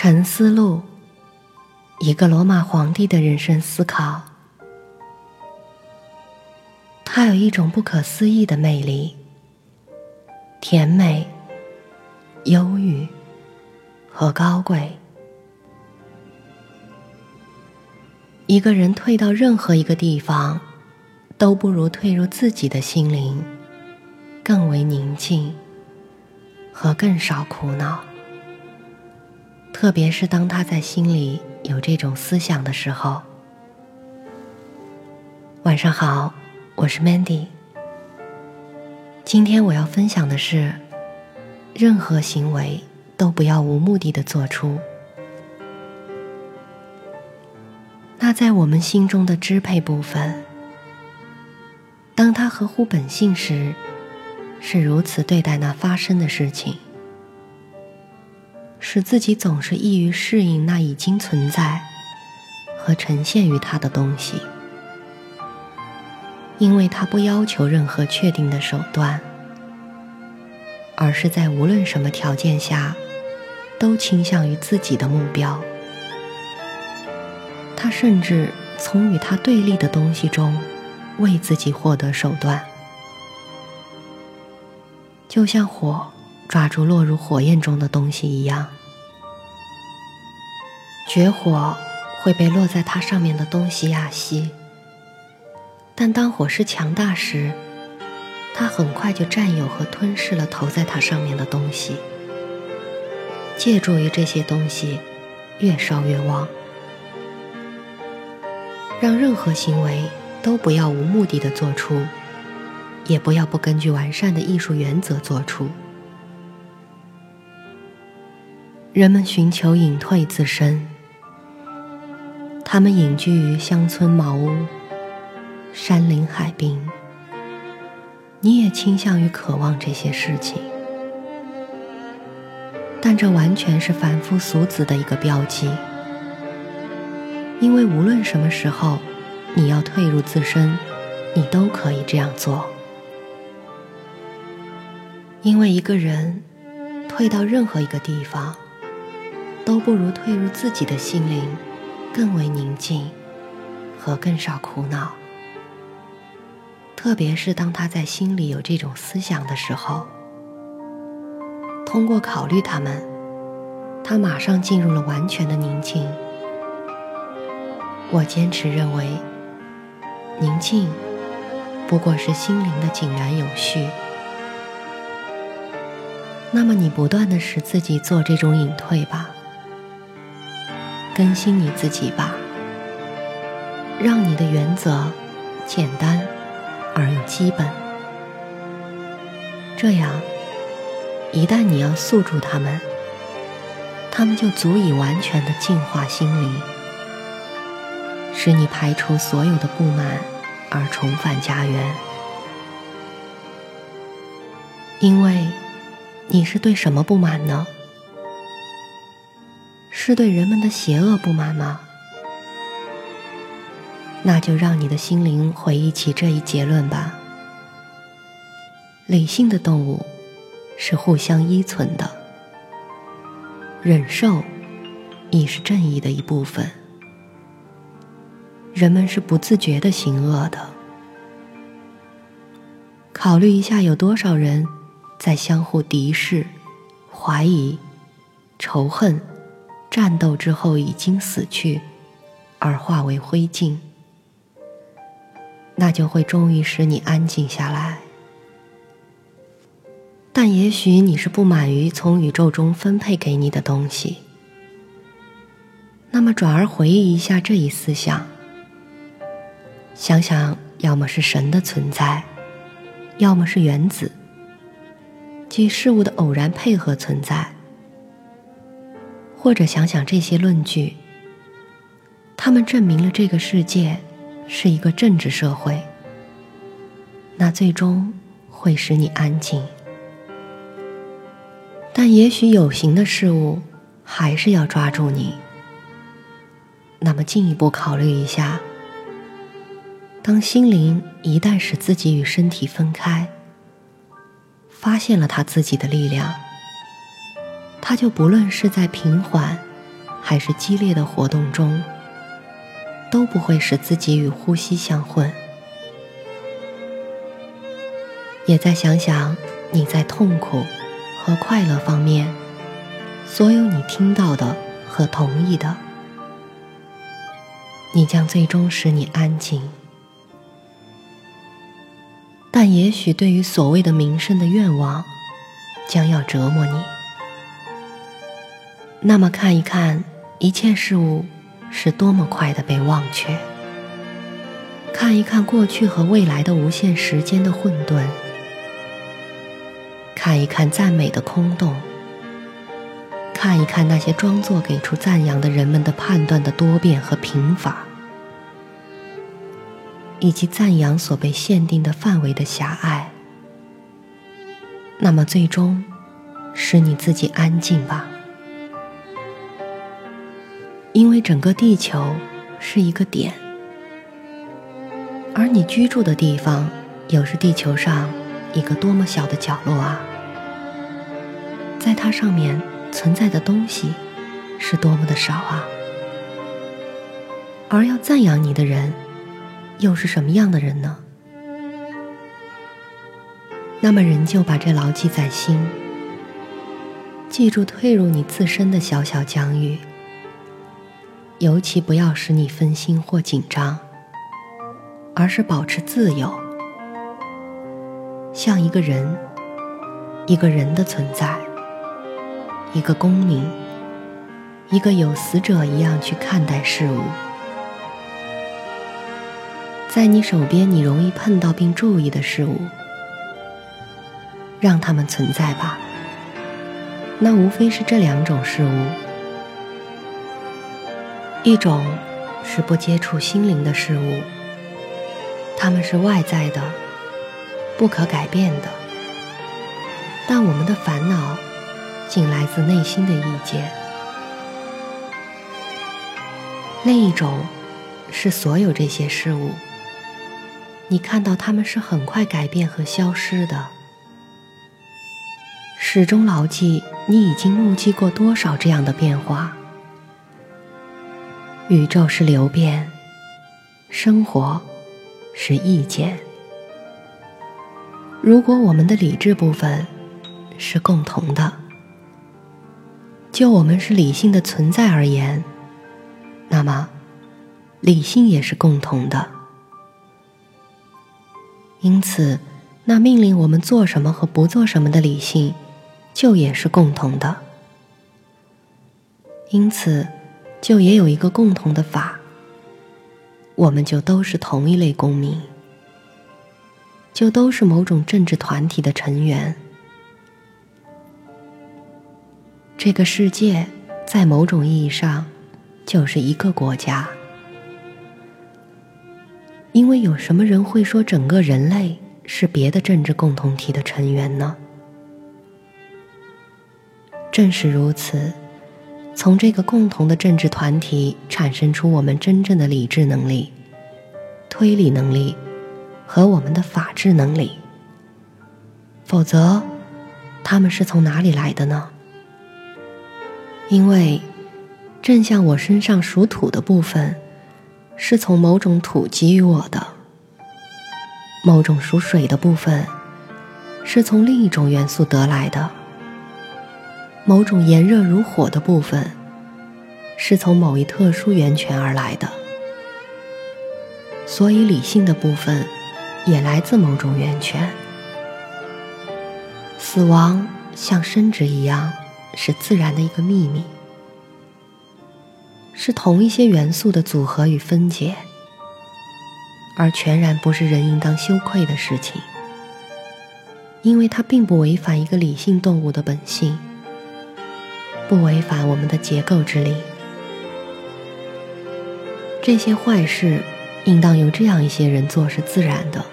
沉思录，一个罗马皇帝的人生思考。它有一种不可思议的魅力，甜美、忧郁和高贵。一个人退到任何一个地方，都不如退入自己的心灵，更为宁静和更少苦恼。特别是当他在心里有这种思想的时候。晚上好，我是 Mandy。 今天我要分享的是，任何行为都不要无目的地做出。那在我们心中的支配部分，当它合乎本性时，是如此对待那发生的事情，使自己总是易于适应那已经存在和呈现于它的东西，因为它不要求任何确定的手段，而是在无论什么条件下都倾向于自己的目标。它甚至从与它对立的东西中为自己获得手段，就像火抓住落入火焰中的东西一样。绝火会被落在它上面的东西压熄，但当火势强大时，它很快就占有和吞噬了投在它上面的东西，借助于这些东西越烧越旺。让任何行为都不要无目的地做出，也不要不根据完善的艺术原则做出。人们寻求隐退自身，他们隐居于乡村茅屋、山林海滨。你也倾向于渴望这些事情，但这完全是凡夫俗子的一个标记。因为无论什么时候你要退入自身，你都可以这样做。因为一个人退到任何一个地方，都不如退入自己的心灵更为宁静和更少苦恼。特别是当他在心里有这种思想的时候，通过考虑它们，他马上进入了完全的宁静。我坚持认为，宁静不过是心灵的井然有序。那么你不断地使自己做这种隐退吧，更新你自己吧，让你的原则简单而又基本。这样，一旦你要诉诸他们，他们就足以完全地净化心灵，使你排除所有的不满而重返家园。因为你是对什么不满呢？是对人们的邪恶不满吗？那就让你的心灵回忆起这一结论吧。理性的动物是互相依存的，忍受亦是正义的一部分。人们是不自觉地行恶的。考虑一下，有多少人在相互敌视、怀疑、仇恨、战斗之后已经死去，而化为灰烬。那就会终于使你安静下来。但也许你是不满于从宇宙中分配给你的东西，那么转而回忆一下这一思想，想想要么是神的存在，要么是原子，即事物的偶然配合存在。或者想想这些论据，它们证明了这个世界是一个政治社会，那最终会使你安静。但也许有形的事物还是要抓住你。那么进一步考虑一下，当心灵一旦使自己与身体分开，发现了他自己的力量，他就不论是在平缓还是激烈的活动中，都不会使自己与呼吸相混。也再想想你在痛苦和快乐方面，所有你听到的和同意的，你将最终使你安静。但也许对于所谓的名声的愿望，将要折磨你。那么看一看一切事物是多么快地被忘却，看一看过去和未来的无限时间的混沌，看一看赞美的空洞，看一看那些装作给出赞扬的人们的判断的多变和贫乏，以及赞扬所被限定的范围的狭隘。那么最终使你自己安静吧，因为整个地球是一个点，而你居住的地方又是地球上一个多么小的角落啊！在它上面存在的东西是多么的少啊！而要赞扬你的人又是什么样的人呢？那么人就把这牢记在心，记住退入你自身的小小疆域，尤其不要使你分心或紧张，而是保持自由，像一个人的存在，一个公民，一个有死者一样去看待事物。在你手边你容易碰到并注意的事物，让它们存在吧。那无非是这两种事物，一种是不接触心灵的事物，它们是外在的，不可改变的，但我们的烦恼仅来自内心的意见。另一种是所有这些事物，你看到它们是很快改变和消失的，始终牢记你已经目击过多少这样的变化。宇宙是流变，生活是意见。如果我们的理智部分是共同的，就我们是理性的存在而言，那么理性也是共同的。因此，那命令我们做什么和不做什么的理性就也是共同的。因此就也有一个共同的法，我们就都是同一类公民，就都是某种政治团体的成员。这个世界在某种意义上就是一个国家，因为有什么人会说整个人类是别的政治共同体的成员呢？正是如此，从这个共同的政治团体产生出我们真正的理智能力、推理能力和我们的法治能力。否则，他们是从哪里来的呢？因为正像我身上属土的部分是从某种土给予我的，某种属水的部分是从另一种元素得来的，某种炎热如火的部分是从某一特殊源泉而来的，所以理性的部分也来自某种源泉。死亡像生殖一样是自然的一个秘密，是同一些元素的组合与分解，而全然不是人应当羞愧的事情，因为它并不违反一个理性动物的本性，不违反我们的结构之力。这些坏事应当由这样一些人做是自然的，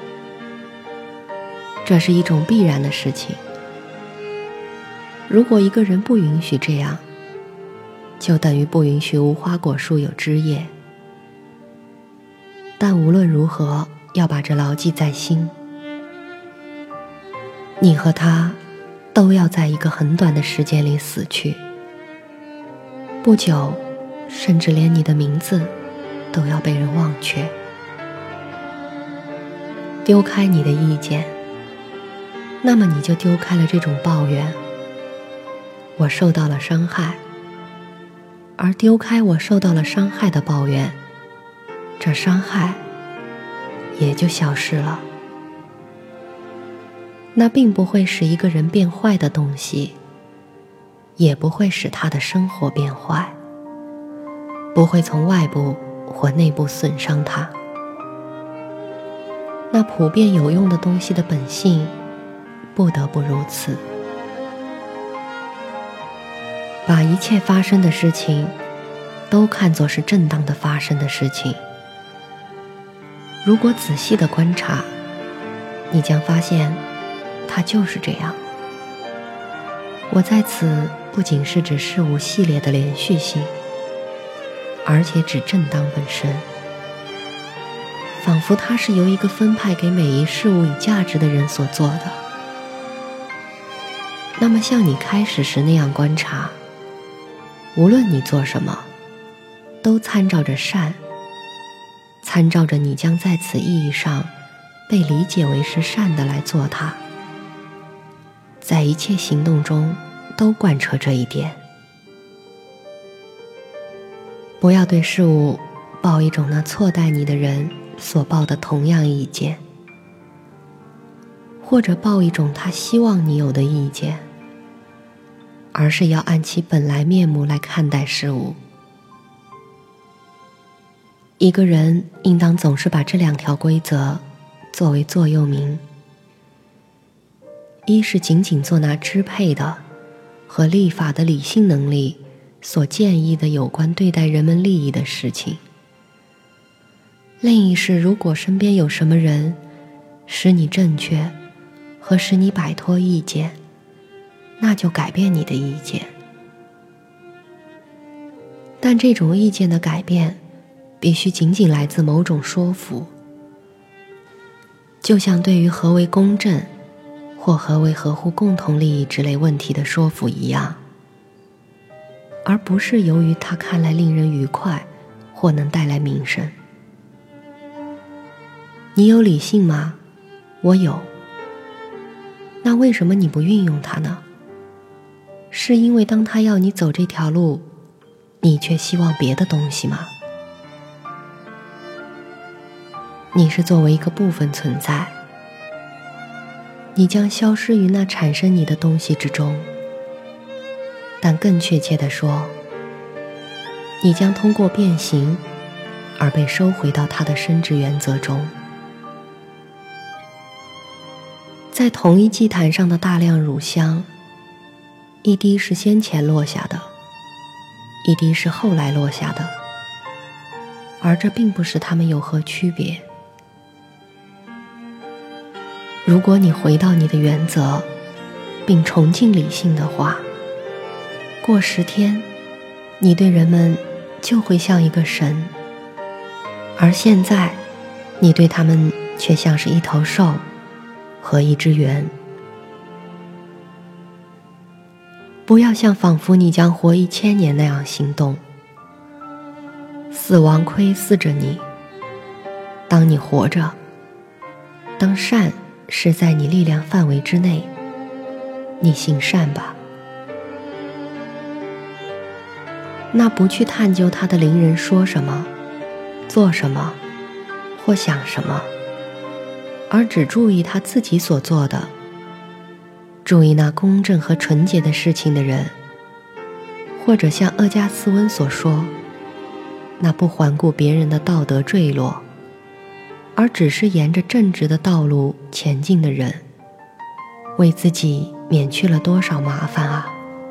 这是一种必然的事情。如果一个人不允许这样，就等于不允许无花果树有枝叶。但无论如何，要把这牢记在心。你和他都要在一个很短的时间里死去， 不久，甚至连你的名字都要被人忘却。丢开你的意见，那么你就丢开了这种抱怨，我受到了伤害，而丢开我受到了伤害的抱怨，这伤害也就消失了。那并不会使一个人变坏的东西，也不会使他的生活变坏，不会从外部或内部损伤他。那普遍有用的东西的本性不得不如此。把一切发生的事情都看作是正当的发生的事情，如果仔细的观察，你将发现它就是这样。我在此不仅是指事物系列的连续性，而且指正当本身，仿佛它是由一个分派给每一事物以价值的人所做的。那么像你开始时那样观察，无论你做什么，都参照着善，参照着你将在此意义上被理解为是善的来做它，在一切行动中都贯彻这一点。不要对事物抱一种那错待你的人所抱的同样意见，或者抱一种他希望你有的意见，而是要按其本来面目来看待事物。一个人应当总是把这两条规则作为座右铭：一是仅仅做那支配的和立法的理性能力所建议的有关对待人们利益的事情；另一是，如果身边有什么人使你正确和使你摆脱意见，那就改变你的意见。但这种意见的改变必须仅仅来自某种说服，就像对于何为公正或何为合乎共同利益之类问题的说服一样，而不是由于它看来令人愉快或能带来名声。你有理性吗？我有。那为什么你不运用它呢？是因为当他要你走这条路，你却希望别的东西吗？你是作为一个部分存在，你将消失于那产生你的东西之中，但更确切地说，你将通过变形而被收回到它的生殖原则中。在同一祭坛上的大量乳香，一滴是先前落下的，一滴是后来落下的，而这并不使它们有何区别。如果你回到你的原则，并崇敬理性的话，过10天，你对人们就会像一个神，而现在，你对他们却像是一头兽和一只猿。不要像仿佛你将活1000年那样行动，死亡窥伺着你。当你活着，当善是在你力量范围之内，你行善吧。那不去探究他的邻人说什么、做什么或想什么，而只注意他自己所做的，注意那公正和纯洁的事情的人，或者像厄加斯温所说，那不环顾别人的道德坠落，而只是沿着正直的道路前进的人，为自己免去了多少麻烦啊！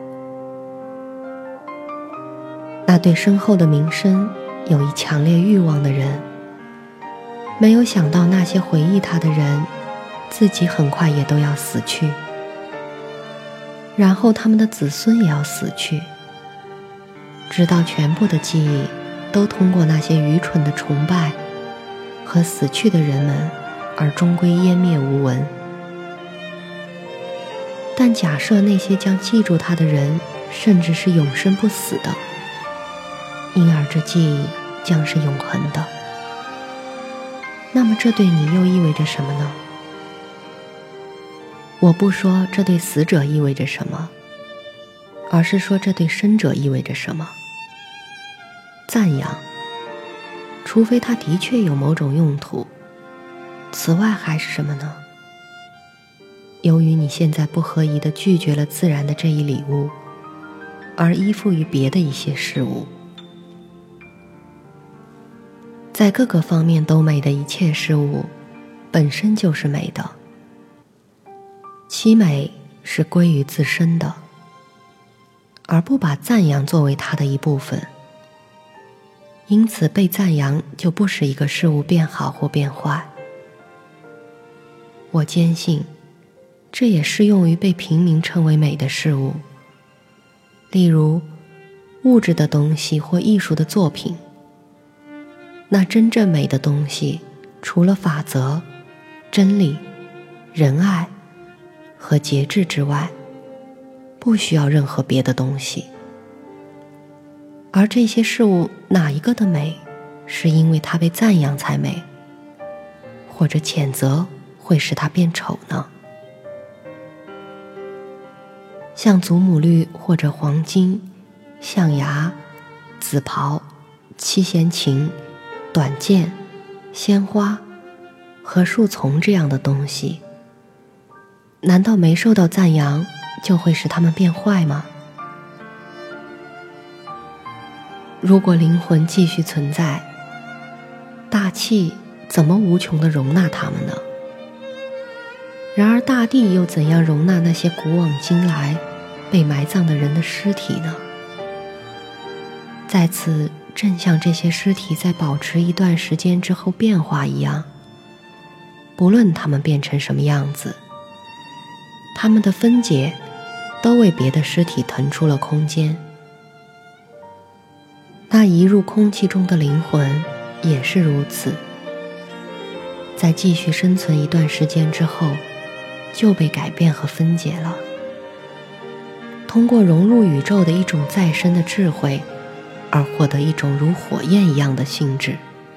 那对身后的名声有一强烈欲望的人，没有想到那些回忆他的人，自己很快也都要死去，然后他们的子孙也要死去，直到全部的记忆都通过那些愚蠢的崇拜和死去的人们而终归湮灭无闻。但假设那些将记住他的人甚至是永生不死的， 因而这记忆将是永恒的。那么这对你又意味着什么呢？我不说这对死者意味着什么，而是说这对生者意味着什么。赞扬，除非它的确有某种用途，此外还是什么呢？由于你现在不合宜地拒绝了自然的这一礼物，而依附于别的一些事物。在各个方面都美的一切事物，本身就是美的，其美是归于自身的，而不把赞扬作为它的一部分。因此被赞扬就不使一个事物变好或变坏。我坚信，这也适用于被平民称为美的事物，例如物质的东西或艺术的作品。那真正美的东西，除了法则、真理、仁爱和节制之外，不需要任何别的东西。而这些事物哪一个的美，是因为它被赞扬才美，或者谴责会使它变丑呢？像祖母绿或者黄金、象牙、紫袍、七弦琴、短剑、鲜花和树丛这样的东西，难道没受到赞扬就会使它们变坏吗？如果灵魂继续存在，大气怎么无穷地容纳它们呢？然而大地又怎样容纳那些古往今来被埋葬的人的尸体呢？在此，正像这些尸体在保持一段时间之后变化一样，不论它们变成什么样子，它们的分解都为别的尸体腾出了空间。那移入空气中的灵魂也是如此，在继续生存一段时间之后，就被改变和分解了，通过融入宇宙的一种再生的智慧，而获得一种如火焰一样的性质。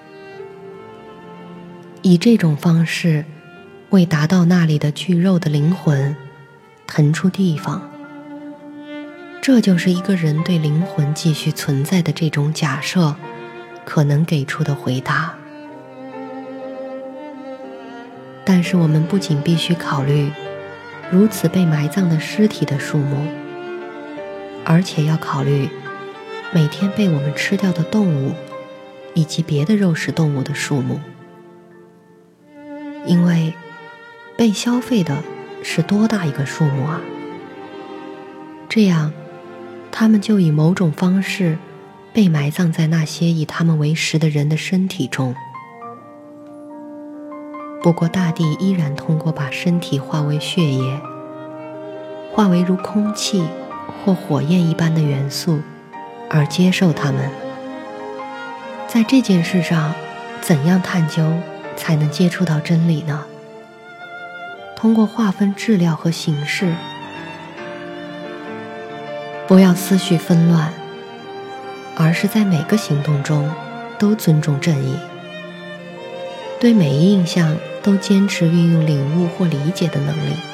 以这种方式为达到那里的具肉的灵魂腾出地方。这就是一个人对灵魂继续存在的这种假设可能给出的回答。但是我们不仅必须考虑如此被埋葬的尸体的数目，而且要考虑每天被我们吃掉的动物以及别的肉食动物的数目，因为被消费的是多大一个数目啊！这样他们就以某种方式被埋葬在那些以他们为食的人的身体中。不过大地依然通过把身体化为血液，化为如空气或火焰一般的元素，而接受它们。在这件事上，怎样探究才能接触到真理呢？通过划分质料和形式。不要思绪纷乱，而是在每个行动中都尊重正义，对每一印象都坚持运用领悟或理解的能力。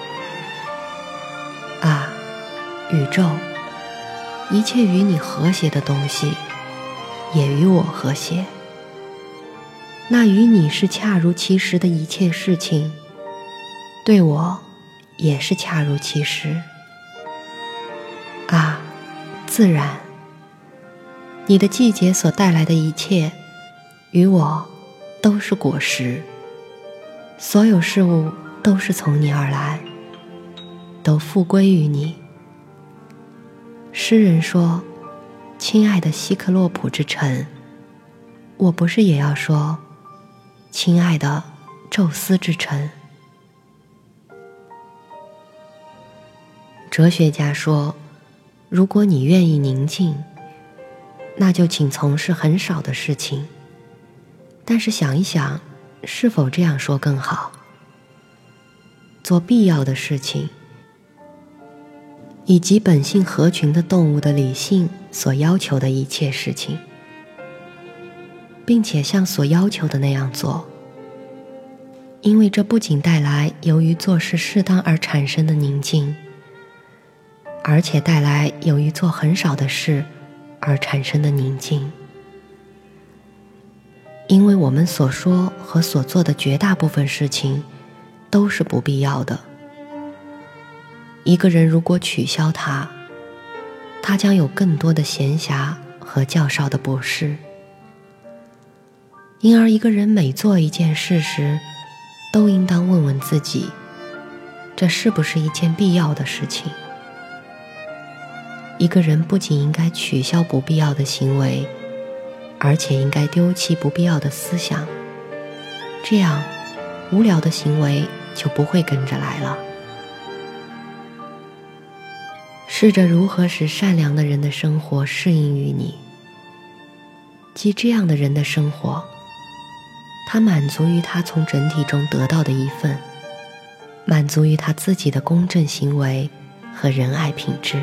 啊，宇宙，一切与你和谐的东西也与我和谐，那与你是恰如其时的一切事情，对我也是恰如其时。啊，自然，你的季节所带来的一切与我都是果实，所有事物都是从你而来，都复归于你。诗人说，亲爱的希克洛普之臣，我不是也要说，亲爱的宙斯之臣。哲学家说，如果你愿意宁静，那就请从事很少的事情，但是想一想，是否这样说更好？做必要的事情， 以及本性合群的动物的理性所要求的一切事情，并且像所要求的那样做，因为这不仅带来由于做事适当而产生的宁静，而且带来由于做很少的事而产生的宁静。因为我们所说和所做的绝大部分事情都是不必要的。一个人如果取消它，他将有更多的闲暇和较少的不适。因而一个人每做一件事时，都应当问问自己，这是不是一件必要的事情。一个人不仅应该取消不必要的行为，而且应该丢弃不必要的思想，这样无聊的行为就不会跟着来了。试着如何使善良的人的生活适应于你，即这样的人的生活，他满足于他从整体中得到的一份，满足于他自己的公正行为和仁爱品质。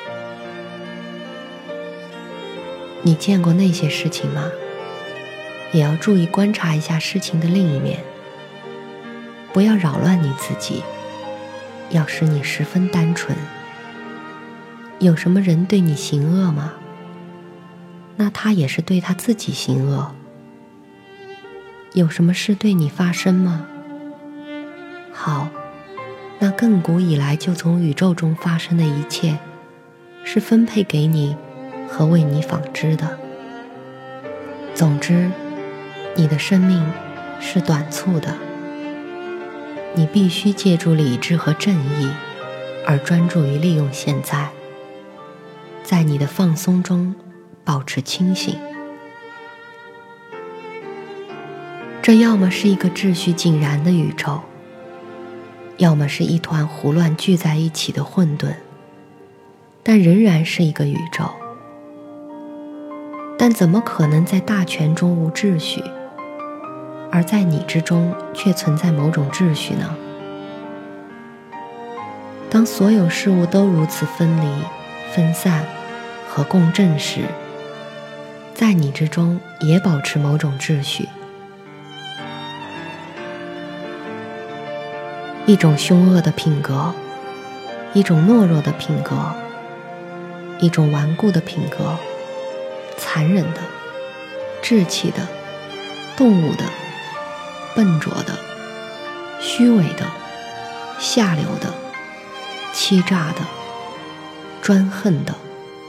你见过那些事情吗？也要注意观察一下事情的另一面，不要扰乱你自己，要使你十分单纯。有什么人对你行恶吗？那他也是对他自己行恶。有什么事对你发生吗？好，那亘古以来就从宇宙中发生的一切，是分配给你和为你纺织的。总之，你的生命是短促的，你必须借助理智和正义，而专注于利用现在，在你的放松中保持清醒。这要么是一个秩序井然的宇宙，要么是一团胡乱聚在一起的混沌，但仍然是一个宇宙。但怎么可能在大权中无秩序，而在你之中却存在某种秩序呢？当所有事物都如此分离、分散和共振时，在你之中也保持某种秩序。一种凶恶的品格，一种懦弱的品格，一种顽固的品格，残忍的、稚气的、动物的、笨拙的、虚伪的、下流的、欺诈的、专横的。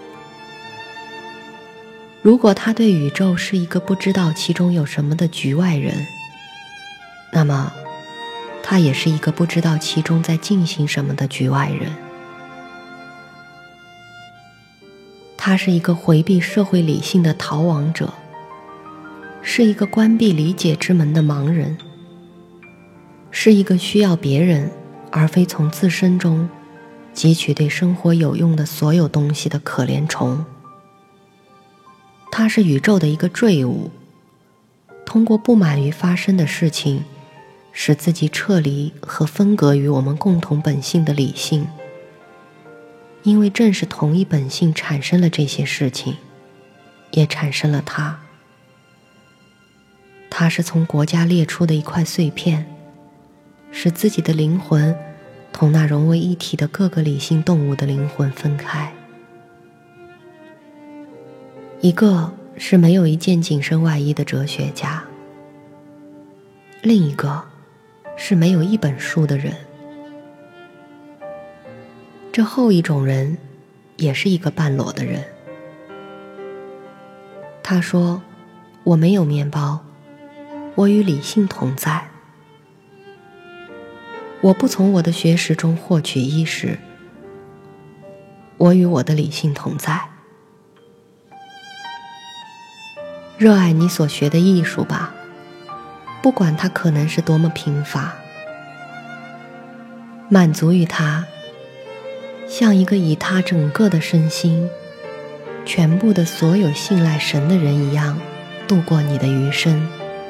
如果他对宇宙是一个不知道其中有什么的局外人，那么他也是一个不知道其中在进行什么的局外人。他是一个回避社会理性的逃亡者，是一个关闭理解之门的盲人，是一个需要别人而非从自身中汲取对生活有用的所有东西的可怜虫。他是宇宙的一个坠物，通过不满于发生的事情，使自己撤离和分隔于我们共同本性的理性，因为正是同一本性产生了这些事情，也产生了它。它是从国家列出的一块碎片，使自己的灵魂同那融为一体的各个理性动物的灵魂分开。一个是没有一件紧身外衣的哲学家，另一个是没有一本书的人。这后一种人也是一个半裸的人。他说，我没有面包，我与理性同在。我不从我的学识中获取衣食，我与我的理性同在。热爱你所学的艺术吧，不管它可能是多么贫乏，满足于它，像一个以他整个的身心、全部的所有信赖神的人一样度过你的余生，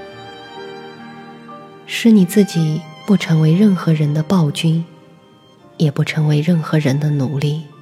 使你自己不成为任何人的暴君，也不成为任何人的奴隶。